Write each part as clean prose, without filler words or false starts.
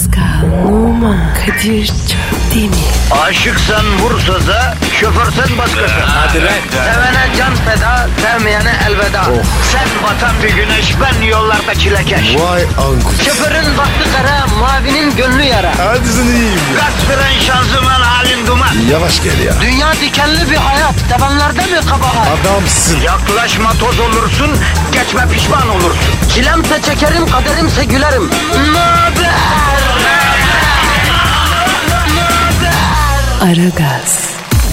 Pascal, Oman, Kadir Çöpdemir. Aşıksan vursa da, şoförsen başkasın. Hadi lan. Sevene can feda, sevmeyene elveda. Sen batan bir güneş, ben yollarda çilekeş. Vay anku. Şoförün baktı kara, mavinin gönlü yara. Hadi sen iyiyim ya. Kasperen şanzıman halin duman. Yavaş gel ya. Dünya dikenli bir hayat, sevenlerde mi kabahar? Adamsın. Yaklaşma toz olursun, geçme pişman olursun. Çilemse çekerim, kaderimse gülerim. Möber! Aragaz.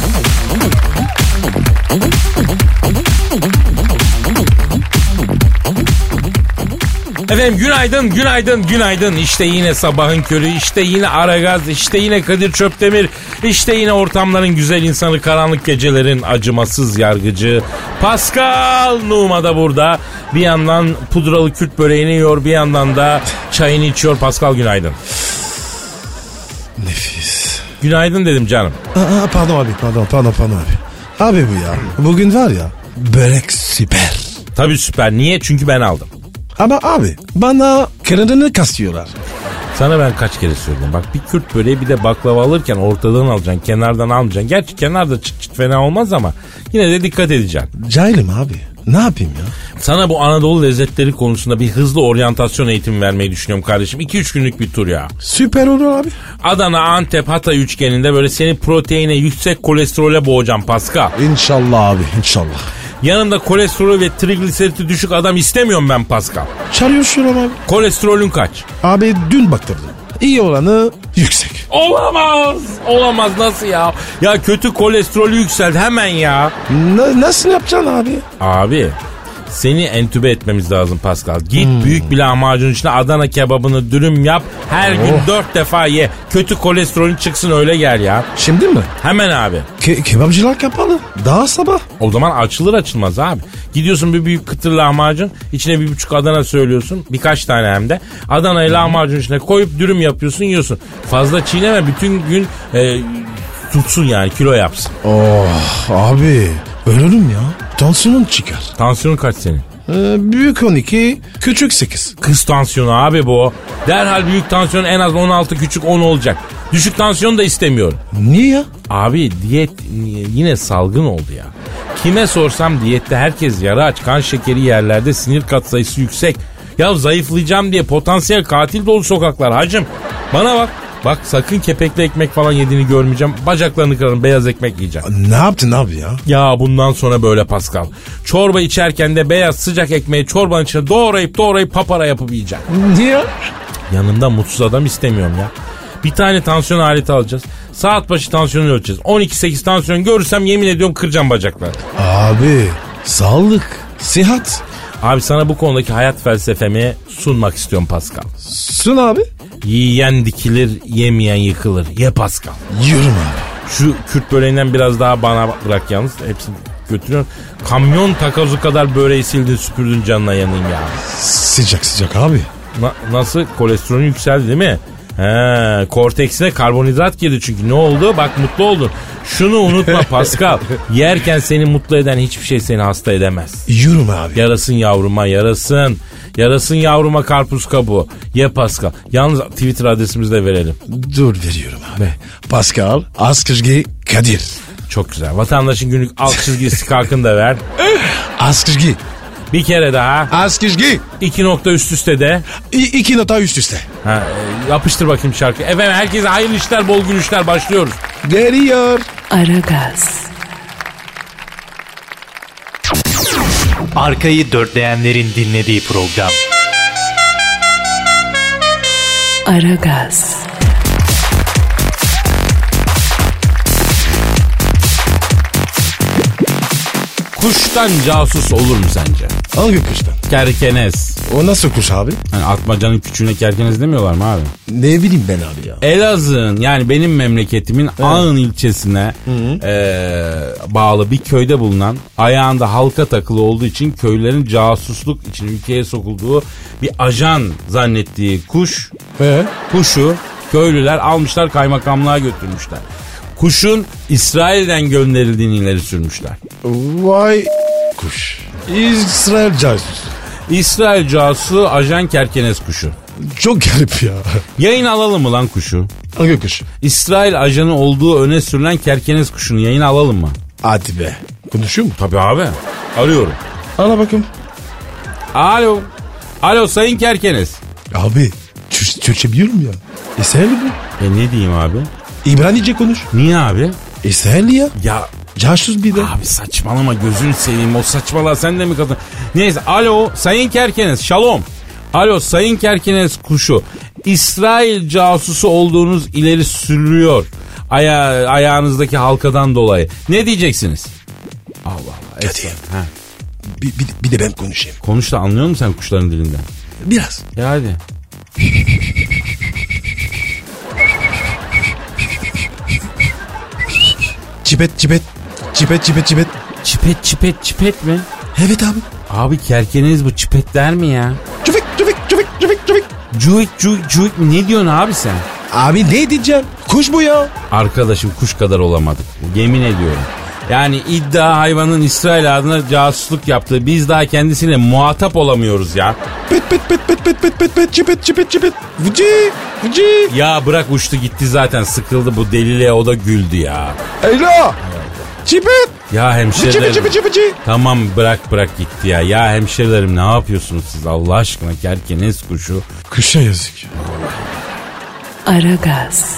Efendim günaydın. İşte yine sabahın körü, işte yine Aragaz, işte yine Kadir Çöpdemir, işte yine ortamların güzel insanı, karanlık gecelerin acımasız yargıcı Pascal Numa da burada. Bir yandan pudralı Kürt böreğini yiyor, bir yandan da çayını içiyor. Pascal günaydın. Nefis. Günaydın dedim canım. Pardon abi. Abi bu ya. Bugün var ya. Börek süper. Tabii süper. Niye? Çünkü ben aldım. Ama abi bana kenarını kasıyorlar. Sana ben kaç kere söyledim. Bak bir Kürt böreği bir de baklava alırken ortadan alacaksın. Kenardan almayacaksın. Gerçi kenarda çıt fena olmaz ama yine de dikkat edeceksin. Cahilim abi. Ne yapayım ya? Sana bu Anadolu lezzetleri konusunda bir hızlı oryantasyon eğitimi vermeyi düşünüyorum kardeşim. 2-3 günlük bir tur ya. Süper olur abi. Adana, Antep, Hatay üçgeninde böyle seni proteine, yüksek kolesterole boğacağım Pascal. İnşallah abi inşallah. Yanımda kolesterolü ve trigliseriti düşük adam istemiyorum ben Pascal. Çalışıyorum abi. Kolesterolün kaç? Abi dün baktırdım. İyi olanı yüksek. Olamaz nasıl ya? Ya kötü kolesterolü yükseldi hemen ya. Nasıl yapacaksın abi? Abi seni entübe etmemiz lazım Pascal. Git büyük bir lahmacun içine Adana kebabını dürüm yap. Her gün 4 defa ye. Kötü kolesterolün çıksın öyle gel ya. Şimdi mi? Hemen abi. Kebapçılar kapalı. Daha sabah. O zaman açılır açılmaz abi. Gidiyorsun bir büyük kıtır lahmacun. İçine 1,5 Adana söylüyorsun. Birkaç tane hem de. Adana'yı lahmacun içine koyup dürüm yapıyorsun yiyorsun. Fazla çiğneme bütün gün tutsun yani kilo yapsın. Oh abi ölürüm ya. Tansiyonun çıkar. Tansiyonun kaç senin? Büyük 12, küçük 8. Kız tansiyonu abi bu. Derhal büyük tansiyon en az 16, küçük 10 olacak. Düşük tansiyon da istemiyorum. Niye ya? Abi diyet yine salgın oldu ya. Kime sorsam diyette herkes yarı aç, kan şekeri yerlerde, sinir katsayısı yüksek. Ya zayıflayacağım diye potansiyel katil dolu sokaklar hacım. Bana bak. Bak sakın kepekli ekmek falan yediğini görmeyeceğim. Bacaklarını kırarım, beyaz ekmek yiyeceğim. Ne yaptın abi ya? Ya bundan sonra böyle Pascal. Çorba içerken de beyaz sıcak ekmeği çorbanın içine doğrayıp papara yapıp yiyeceğim. Niye? Yanımda mutsuz adam istemiyorum ya. Bir tane tansiyon aleti alacağız. Saat başı tansiyonu ölçeceğiz. 12-8 tansiyon görürsem yemin ediyorum kıracağım bacakları. Abi sağlık, sıhhat. Abi sana bu konudaki hayat felsefemi sunmak istiyorum Pascal. Sun abi. Yiyen dikilir, yemeyen yıkılır. Ye Pascal. Yiyorum abi. Şu Kürt böreğinden biraz daha bana bırak yalnız. Hepsini götürüyorum. Kamyon takozu kadar böreği sildin süpürdün canına yanayım ya. Sıcak abi. Nasıl? Kolesterolün yükseldi değil mi? He, korteksine karbonhidrat girdi çünkü. Ne oldu? Bak mutlu oldun. Şunu unutma Pascal. Yerken seni mutlu eden hiçbir şey seni hasta edemez. Yiyorum abi. Yarasın yavruma yarasın. Yarasın yavruma karpuz kabuğu. Ye Pascal. Yalnız Twitter adresimizi de verelim. Dur veriyorum abi. Pascal Askışgi Kadir. Çok güzel. Vatandaşın günlük alt çizgisi kalkını da ver. Askışgi. Bir kere daha. Askışgi. 2 nokta üst üste de. 2 nokta üst üste. Ha, yapıştır bakayım şarkı. Efendim herkese hayırlı işler, bol gülüşler, başlıyoruz. Geliyor. Aragaz. Arkayı dörtleyenlerin dinlediği program. Aragaz. Kuştan casus olur mu sence? Hangi kuştan? Kerkenes. O nasıl kuş abi? Yani atmacanın küçüğüne kerkenes demiyorlar mı abi? Ne bileyim ben abi ya. Elazığ'ın yani benim memleketimin Ağın ilçesine bağlı bir köyde bulunan ayağında halka takılı olduğu için köylülerin casusluk için ülkeye sokulduğu bir ajan zannettiği kuşu köylüler almışlar kaymakamlığa götürmüşler. Kuşun İsrail'den gönderildiğini ileri sürmüşler. Vay kuş. İsrail casus. İsrail casusu ajan kerkenes kuşu. Çok garip ya. Yayın alalım mı lan kuşu? Hangi kuş? İsrail ajanı olduğu öne sürülen kerkenes kuşunu yayına alalım mı? Hadi be. Konuşuyor mu? Tabii abi. Arıyorum. Ara bakayım. Alo. Alo sayın kerkenes. Abi Türkçe biliyorum ya. İsrailli bu. Ne diyeyim abi? İbranice konuş. Niye abi? İsrailli ya. Ya Casus bir de. abi saçmalama gözünü seveyim o saçmalığa sen de mi kadın? Neyse alo sayın kerkenes şalom. Alo sayın kerkenes kuşu. İsrail casusu olduğunuz ileri sürülüyor. Ayağınızdaki halkadan dolayı. Ne diyeceksiniz? Allah Allah. Hadi. Bir de ben konuşayım. Konuş da anlıyor musun sen kuşların dilinden? Biraz. Ya hadi. Çipet çipet. Çipet çipet çipet. Çipet çipet çipet mi? Evet abi. Abi kerkeniz bu çipet der mi ya? Çufik çufik çufik çufik çufik. Cuik mi ne diyorsun abi sen? Abi ne diyeceğim? Kuş bu ya. Arkadaşım kuş kadar olamadık. Yemin ediyorum. Yani iddia hayvanın İsrail adına casusluk yaptığı biz daha kendisiyle muhatap olamıyoruz ya. Pet pet pet pet pet pet pet pet çipet çipet çipet. Vıcı vıcı. Ya bırak uçtu gitti zaten sıkıldı bu deliliğe o da güldü ya. Alo. Çipet. Ya Vıcı hemşerilerim. vıcı vıcı vıcı. Tamam bırak gitti ya. Ya hemşerilerim ne yapıyorsunuz siz Allah aşkına kerkenes kuşu. Kuşa yazık. Aragaz,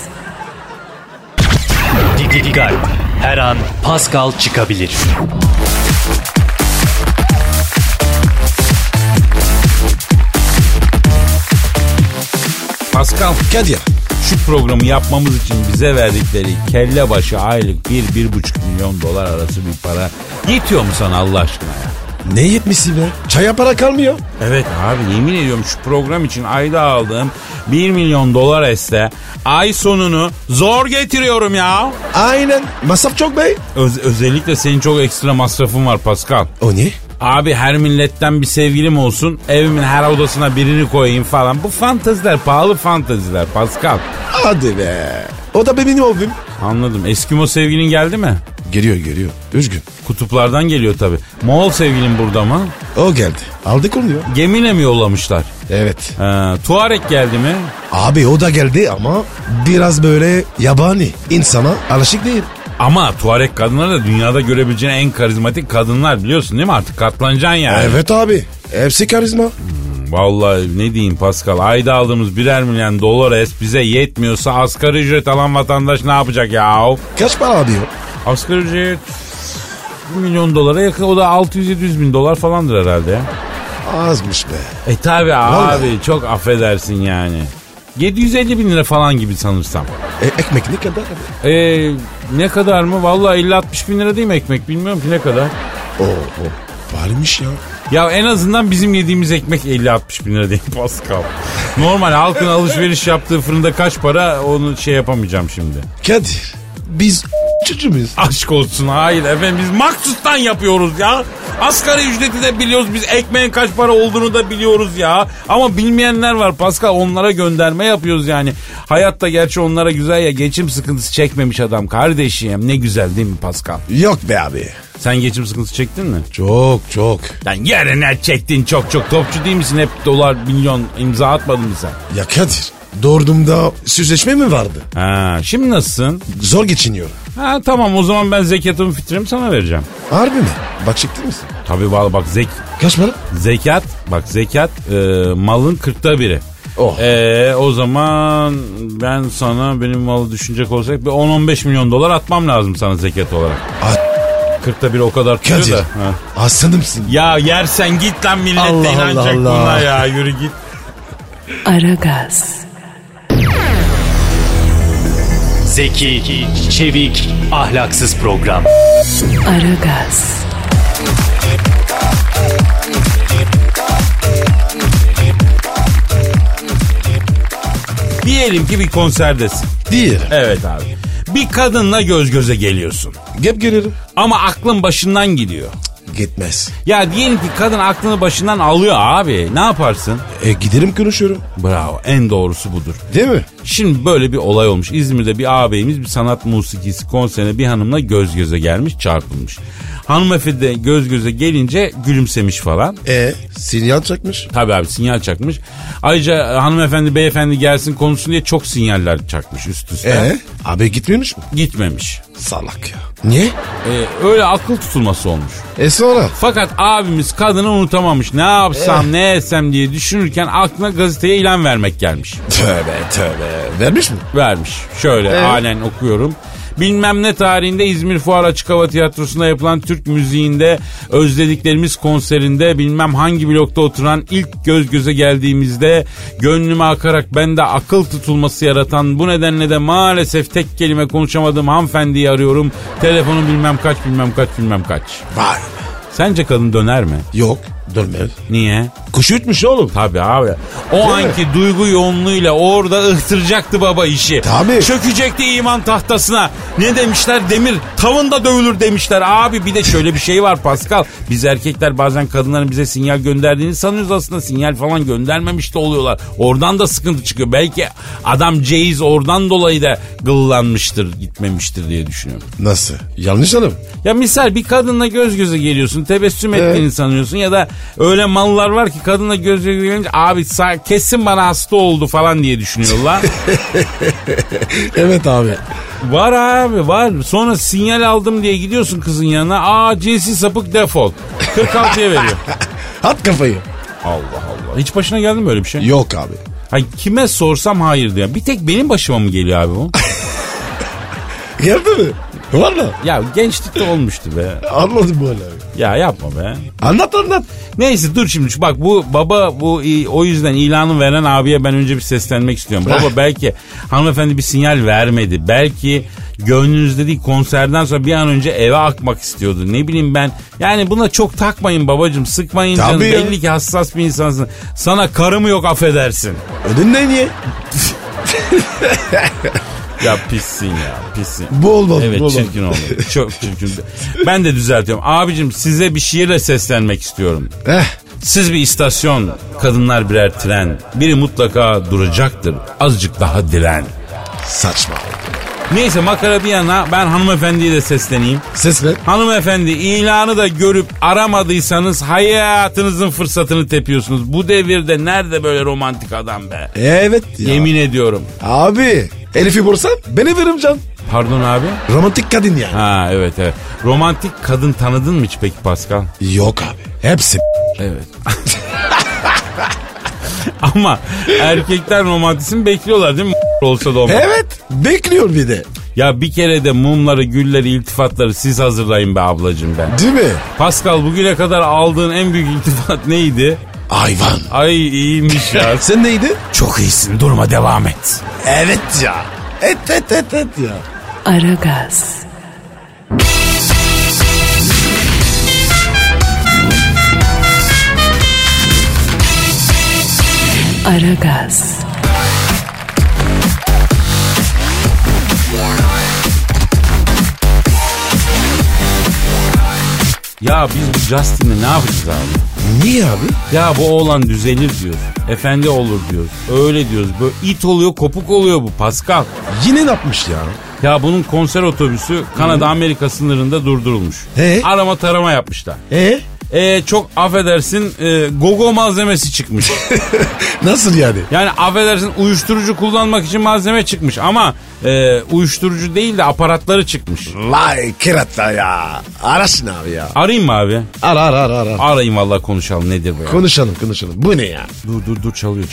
Dikkat. Her an Pascal çıkabilir. Pascal Kadir. şu programı yapmamız için bize verdikleri kelle başı aylık 1-1,5 milyon dolar arası bir para yetiyor mu sana Allah aşkına ya? Ne yetmişsi be? Çaya para kalmıyor. Evet abi yemin ediyorum şu program için ayda aldığım 1 milyon dolar este ay sonunu zor getiriyorum ya. Aynen. Masraf çok bey. Özellikle senin çok ekstra masrafın var Pascal. O ne? Abi her milletten bir sevgilim olsun, evimin her odasına birini koyayım falan. Bu fanteziler, pahalı fanteziler Pascal. Hadi be. O da benim hobim. Anladım. Eskimo sevgilin geldi mi? Geliyor. Üzgün. Kutuplardan geliyor tabii. Moğol sevgilin burada mı? O geldi. Aldık onu ya. Gemiyle mi yollamışlar? Evet. Tuareg geldi mi? Abi o da geldi ama biraz böyle yabani. İnsana alışık değil. Ama Tuareg kadınları da dünyada görebileceğin en karizmatik kadınlar biliyorsun değil mi? Artık katlanacaksın yani. Evet abi. Hepsi karizma. Vallahi ne diyeyim Pascal, ayda aldığımız 1 milyon dolar bize yetmiyorsa asgari ücret alan vatandaş ne yapacak ya? Kaç para abi o? Asgari ücret 1 milyon dolara yakın, o da 600-700 bin dolar falandır herhalde ya. Azmış be. Tabi Vallahi. abi çok affedersin yani. 750 bin lira falan gibi sanırsam. Ekmek ne kadar abi? Ne kadar mı? Vallahi 50-60 bin lira değil mi ekmek? Bilmiyorum ki ne kadar. Oo. Varmış ya. Ya en azından bizim yediğimiz ekmek 50-60 bin lira değil Pascal. Normal halkın alışveriş yaptığı fırında kaç para onu şey yapamayacağım şimdi. Kadir. Biz çocuğu muyuz? Aşk olsun hayır efendim biz maksustan yapıyoruz ya. Asgari ücreti de biliyoruz biz ekmeğin kaç para olduğunu da biliyoruz ya. Ama bilmeyenler var Pascal onlara gönderme yapıyoruz yani. Hayatta gerçi onlara güzel ya geçim sıkıntısı çekmemiş adam kardeşim ne güzel değil mi Pascal? Yok be abi. Sen geçim sıkıntısı çektin mi? Çok. Lan yerine çektin çok topçu değil misin hep dolar milyon imza atmadın mı sen? Ya Kadir. Doğurduğumda sözleşme mi vardı? Ha, şimdi nasılsın? Zor geçiniyorum. Ha tamam o zaman ben zekatımı fitremi sana vereceğim. Harbi mi? Bak çıktı mısın? Tabii vallahi bak Kaç para? zekat malın 1/40'ı. Oh. O zaman ben sana benim malı düşünecek olsak bir 10-15 milyon dolar atmam lazım sana zekat olarak. 1/40 o kadar tutuyor Kadir. da. Ha. Aslanımsın. Ya yersen git lan millet Allah de inanacak Allah. buna ya yürü git. Aragaz, Zeki, çevik, ahlaksız program. Aragaz, Diyelim ki bir konserdesin. Değil. Evet abi. Bir kadınla göz göze geliyorsun. Gep gelirim. Ama aklın başından gidiyor. Gitmez. Ya diyelim ki kadın aklını başından alıyor abi. Ne yaparsın? Giderim konuşuyorum. Bravo en doğrusu budur. Değil mi? Şimdi böyle bir olay olmuş. İzmir'de bir ağabeyimiz bir sanat musikisi konserine bir hanımla göz göze gelmiş, çarpılmış. Hanımefendi de göz göze gelince gülümsemiş falan. Sinyal çakmış. Tabii abi sinyal çakmış. Ayrıca hanımefendi beyefendi gelsin konuşsun diye çok sinyaller çakmış üst üste. Abi gitmemiş mi? Gitmemiş. Salak ya. Niye? Öyle akıl tutulması olmuş. Sonra? Fakat abimiz kadını unutamamış. Ne yapsam ne etsem diye düşünürken aklına gazeteye ilan vermek gelmiş. Tövbe. Vermiş mi? Vermiş. Şöyle halen okuyorum. Bilmem ne tarihinde İzmir Fuar Açık Hava Tiyatrosu'nda yapılan Türk müziğinde özlediklerimiz konserinde bilmem hangi blokta oturan ilk göz göze geldiğimizde gönlüme akarak bende akıl tutulması yaratan bu nedenle de maalesef tek kelime konuşamadığım hanımefendiyi arıyorum. Telefonu bilmem kaç. Vay. Sence kadın döner mi? Yok dönmez. Niye? Kuş ütmüş oğlum. Tabii abi. O anki duygu yoğunluğuyla orada ıhtıracaktı baba işi. Tabii. Çökecekti iman tahtasına. Ne demişler? Demir tavında dövülür demişler. Abi bir de şöyle bir şey var Pascal. Biz erkekler bazen kadınların bize sinyal gönderdiğini sanıyoruz, aslında sinyal falan göndermemiş de oluyorlar. Oradan da sıkıntı çıkıyor. Belki adam ceyiz oradan dolayı da gıllanmıştır, gitmemiştir diye düşünüyorum. Nasıl? Yanlış hanım. Ya misal bir kadınla göz göze geliyorsun, tebessüm ettiğini sanıyorsun ya da öyle mallar var ki kadınla göz göze gelince abi kesin bana hasta oldu falan diye düşünüyorlar. Evet abi. Var abi var. Sonra sinyal aldım diye gidiyorsun kızın yanına. Cinsi sapık defol. 46'ya veriyor. At kafayı. Allah Allah. Hiç başına geldi mi böyle bir şey? Yok abi. Hayır, kime sorsam hayır diyor. Bir tek benim başıma mı geliyor abi bu? Geldi mi? Var mı? Ya gençlikte olmuştu be. Anladım böyle abi. Ya yapma be. Anlat. Neyse dur şimdi bak bu baba o yüzden ilanı veren abiye ben önce bir seslenmek istiyorum. Baba belki hanımefendi bir sinyal vermedi. Belki gönlünüzde değil konserden sonra bir an önce eve akmak istiyordu. Ne bileyim ben. Yani buna çok takmayın babacığım. Sıkmayın canım. Belli ki hassas bir insansın. Sana karı mı yok affedersin. Ödün ne niye? Ya pissin ya pissin. Bu olmadı. Evet çirkin oldu. Çok çirkin. Ben de düzeltiyorum. Abicim size bir şiirle seslenmek istiyorum. Siz bir istasyon, kadınlar birer tren. Biri mutlaka duracaktır. Azıcık daha diren. Saçma. Neyse makara bir yana ben hanımefendiye de sesleneyim. Ses ver. Hanımefendi ilanı da görüp aramadıysanız hayatınızın fırsatını tepiyorsunuz. Bu devirde nerede böyle romantik adam be? Evet ya. Yemin ediyorum. Abi Elif'i vursan beni veririm can. Pardon abi? Romantik kadın yani. Ha evet. Romantik kadın tanıdın mı hiç peki Pascal? Yok abi. Hepsi. Evet. Ama erkekler romantizm bekliyorlar değil mi? Olsa da olmaz. Evet. Bekliyor bir de. Ya bir kere de mumları, gülleri, iltifatları siz hazırlayın be ablacığım ben. Değil mi? Pascal bugüne kadar aldığın en büyük iltifat neydi? Hayvan. Ay iyiymiş ya. Sen neydi? Çok iyisin durma devam et. Evet ya. Et ya. Aragaz. Aragaz. Ya biz bu Justin'le ne yapacağız abi? Niye abi? Ya bu oğlan düzelir diyoruz. Efendi olur diyoruz. Öyle diyoruz. Böyle it oluyor kopuk oluyor bu Pascal. Yine ne yapmış ya? Ya bunun konser otobüsü Kanada Amerika sınırında durdurulmuş. Arama tarama yapmışlar. Çok affedersin gogo malzemesi çıkmış. Nasıl yani? Yani affedersin uyuşturucu kullanmak için malzeme çıkmış ama uyuşturucu değil de aparatları çıkmış. Vay kerata ya. Arasın abi ya. Arayayım mı abi? Ara. Arayayım vallahi konuşalım nedir bu ya? Konuşalım. Bu ne ya? Dur çalıyor.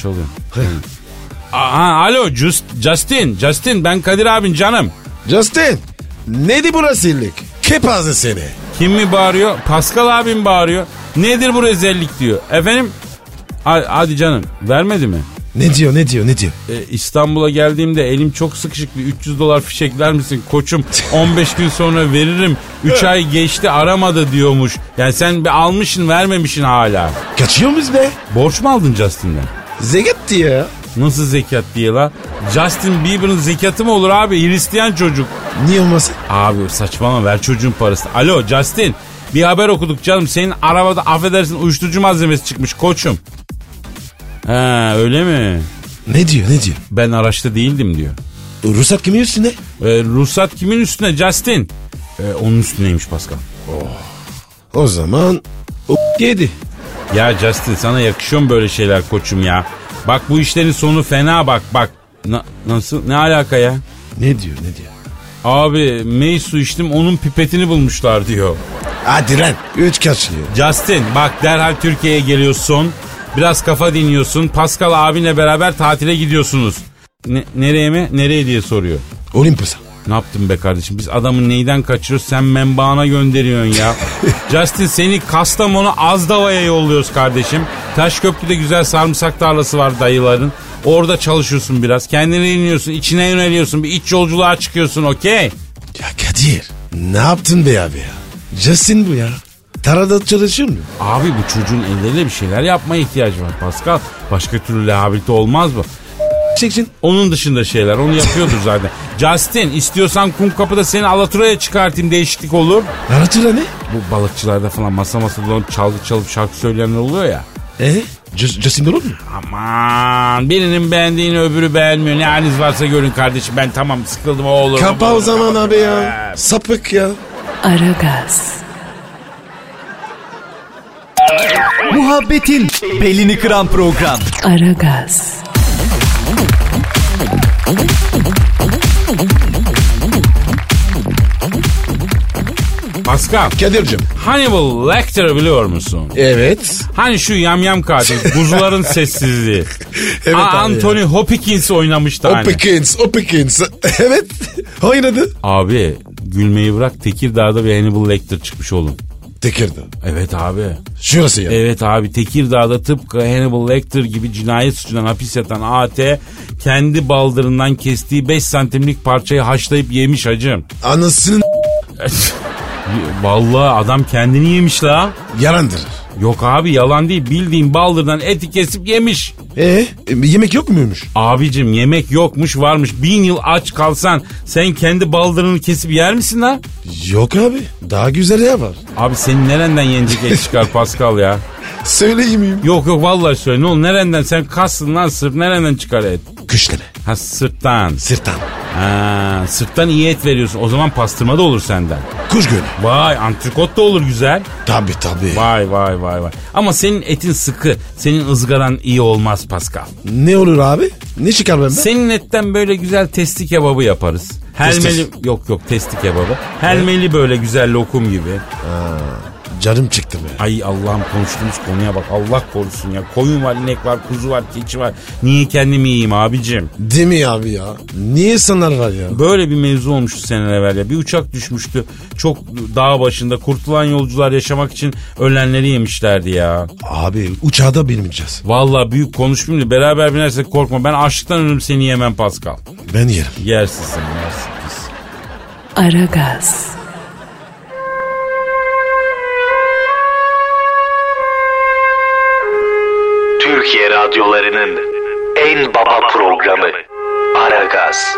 Alo Justin ben Kadir abin canım. Justin. Neydi bu rezillik? Kepaze seni. Kim mi bağırıyor? Pascal abim bağırıyor. Nedir bu rezillik diyor. Efendim? Hadi canım vermedi mi? Ne diyor? İstanbul'a geldiğimde elim çok sıkışık bir $300 fişekler misin koçum 15 gün sonra veririm 3 ay geçti aramadı diyormuş. Yani sen bir almışsın vermemişsin hala. Kaçıyor muyuz be? Borç mu aldın Justin'den? Zekat diye ya. Nasıl zekat diye la? Justin Bieber'ın zekatı mı olur abi? Hristiyan çocuk. Niye olmasın? Abi saçmalama ver çocuğun parasını. Alo Justin bir haber okuduk canım. Senin arabada affedersin uyuşturucu malzemesi çıkmış koçum. Öyle mi? Ne diyor? Ben araçta değildim diyor. Ruhsat kimin üstüne? Ruhsat kimin üstüne Justin? Onun üstüneymiş Pascal. O zaman o yedi. Ya Justin sana yakışıyor mu böyle şeyler koçum ya? Bak bu işlerin sonu fena bak. Nasıl? Ne alaka ya? Ne diyor? Abi mey su içtim onun pipetini bulmuşlar diyor. Hadi lan. 3 kaçlıyor. Justin bak derhal Türkiye'ye geliyorsun. Biraz kafa dinliyorsun. Pascal abinle beraber tatile gidiyorsunuz. Nereye mi? Nereye diye soruyor. Olympus'a. Ne yaptın be kardeşim? Biz adamın neyden kaçırıyoruz? Sen menbaana gönderiyorsun ya. Justin seni Kastamonu Azdava'ya yolluyoruz kardeşim. Taşköprü'de güzel sarımsak tarlası var dayıların. Orada çalışıyorsun biraz. Kendini dinliyorsun. İçine yöneliyorsun. Bir iç yolculuğa çıkıyorsun okey? Ya Kadir. Ne yaptın be abi ya? Justin bu ya. Tarada çalışıyor mu? Abi bu çocuğun elleriyle bir şeyler yapmaya ihtiyacı var Pascal. Başka türlü rehabilite olmaz bu. Çeksin. Onun dışında şeyler onu yapıyordur zaten. Justin istiyorsan Kumkapı'da seni Alatura'ya çıkartayım değişiklik olur. Alatura ne? Bu balıkçılarda falan masa dolanıp çalgı çalıp şarkı söyleyenler oluyor ya. Justin olur mu? Aman birinin beğendiğini öbürü beğenmiyor. Ne haliniz varsa görün kardeşim ben tamam sıkıldım o olur. Kapa o zaman abi ya. Sapık ya. Aragaz, Muhabbetin belini kıran program. Aragaz, Pascal. Kadir'cim. Hannibal Lecter'ı biliyor musun? Evet. Hani şu yamyam katil kuzuların sessizliği. Evet abi Anthony Hopkins oynamıştı hani. Hopkins. Evet. Oynadı. Abi gülmeyi bırak Tekirdağ'da bir Hannibal Lecter çıkmış oğlum. Tekirdağ. Evet abi. Şurası ya. Evet abi Tekirdağ'da tıpkı Hannibal Lecter gibi cinayet suçundan hapis yatan AT kendi baldırından kestiği 5 santimlik parçayı haşlayıp yemiş hacım. Anasının Vallahi adam kendini yemiş la. yalandır. Yok abi yalan değil bildiğin baldırdan eti kesip yemiş. Yemek yok muymuş? Abicim yemek yokmuş varmış 1000 yıl aç kalsan sen kendi baldırını kesip yer misin la? Yok abi. Daha güzel ya var. Abi senin nereden yenecek et çıkar Pascal ya? Söyleyeyim miyim? Yok vallahi söyle ne olur nereden sen kassın lan sırf nereden çıkar et? Küşleme. Ha sırttan. Sırttan. Ha, sırttan iyi et veriyorsun o zaman pastırma da olur senden. Kuş gölü. Vay antrikot da olur güzel. Tabii. Vay. Ama senin etin sıkı senin ızgaran iyi olmaz Pascal. Ne olur abi? Ne çıkar benden? Senin etten böyle güzel testi kebabı yaparız. Helmeli yok testi kebabı. Helmeli böyle güzel lokum gibi. Canım çıktı be. Ay Allah'ım konuştuğumuz konuya bak Allah korusun ya. Koyun var, inek var, kuzu var, keçi var. Niye kendimi yiyeyim abicim? Değil mi abi ya? Niye insanlar var ya? Böyle bir mevzu olmuştu seneler evvel ya. Bir uçak düşmüştü. Çok dağ başında kurtulan yolcular yaşamak için ölenleri yemişlerdi ya. Abi uçağa da binmeyeceğiz. Vallahi büyük konuşmayayım da beraber binersek korkma. Ben açlıktan ölürüm seni yemem Pascal. Ben yerim. Yersin sen yersin biz. Aragaz, Türkiye radyolarının en baba programı Aragaz.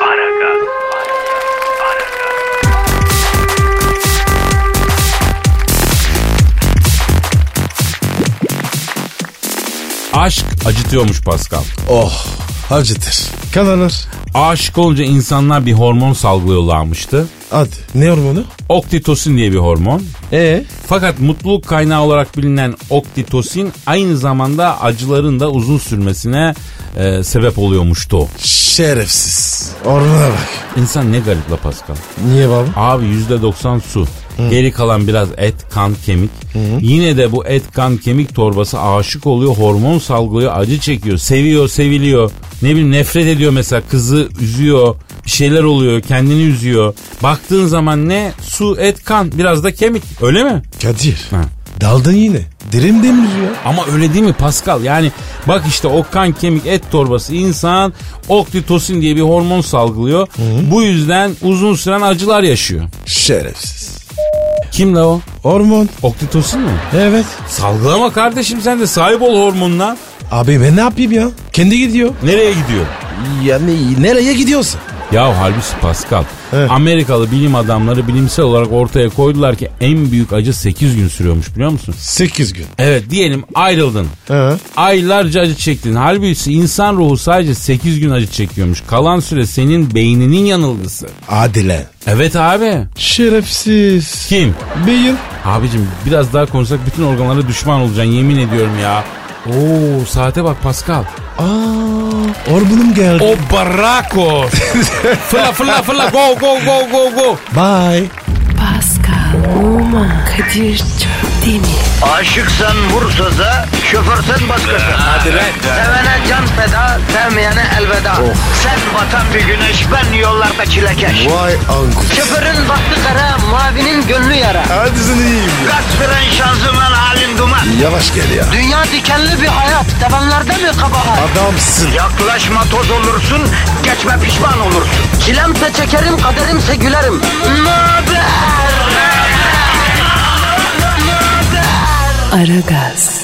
Aşk acıtıyormuş Pascal. Oh acıtır. Kanarlar. Aşık olunca insanlar bir hormon salgılıyorlarmıştı. Hadi ne hormonu? Oksitosin diye bir hormon. Fakat mutluluk kaynağı olarak bilinen oksitosin aynı zamanda acıların da uzun sürmesine sebep oluyormuştu. Şerefsiz. Hormona bak. İnsan ne garip la Pascal. Niye baba? Abi %90 su. Geri kalan biraz et, kan, kemik. Yine de bu et, kan, kemik torbası aşık oluyor, hormon salgılıyor, acı çekiyor, seviyor, seviliyor. Ne bileyim nefret ediyor mesela, kızı üzüyor, bir şeyler oluyor, kendini üzüyor. Baktığın zaman ne? Su, et, kan, biraz da kemik. Öyle mi? Kadir. Ha. Daldın yine. Derin demir ya. Ama öyle değil mi Pascal? Yani bak işte o kan, kemik, et torbası insan oksitosin diye bir hormon salgılıyor. Bu yüzden uzun süren acılar yaşıyor. Şerefsiz. Kim la o? Hormon. Oksitosin mi? Evet. Salgılama kardeşim sen de sahip ol hormonuna. Abi ben ne yapayım ya? Kendi gidiyor. Nereye gidiyor? Yani nereye gidiyorsun? Ya halbuki Pascal, Evet. Amerikalı bilim adamları bilimsel olarak ortaya koydular ki en büyük acı 8 gün sürüyormuş, biliyor musun? 8 gün. Evet, diyelim ayrıldın. He. Aylarca acı çektin. Halbuki insan ruhu sadece 8 gün acı çekiyormuş. Kalan süre senin beyninin yanılgısı. Adile. Evet abi. Şerefsiz. Kim? Beyin. Abicim biraz daha konuşsak bütün organlara düşman olacaksın, yemin ediyorum ya. Oo, saate bak Pascal. Orgunum geldi. O Barrakos. fırla go go. Bye. Pascal, Oman, Kadir çok değil mi? Aşıksan vursa da, şoförsen başkasın. Hadi lan. Sevene can feda, sevmeyene elveda. Sen batan bir güneş, ben yollarda çilekeş. Vay anku. Şoförün baktı kara, mavinin gönlü yara. Hadi sen iyiyim ya. Kasperen şanzıman halin duman. Yavaş gel ya. Dünya dikenli bir hayat, sevenlerde mi kabahar? Adamsın. Yaklaşma toz olursun, geçme pişman olursun. Çilemse çekerim, kaderimse gülerim. Möber! Aragaz.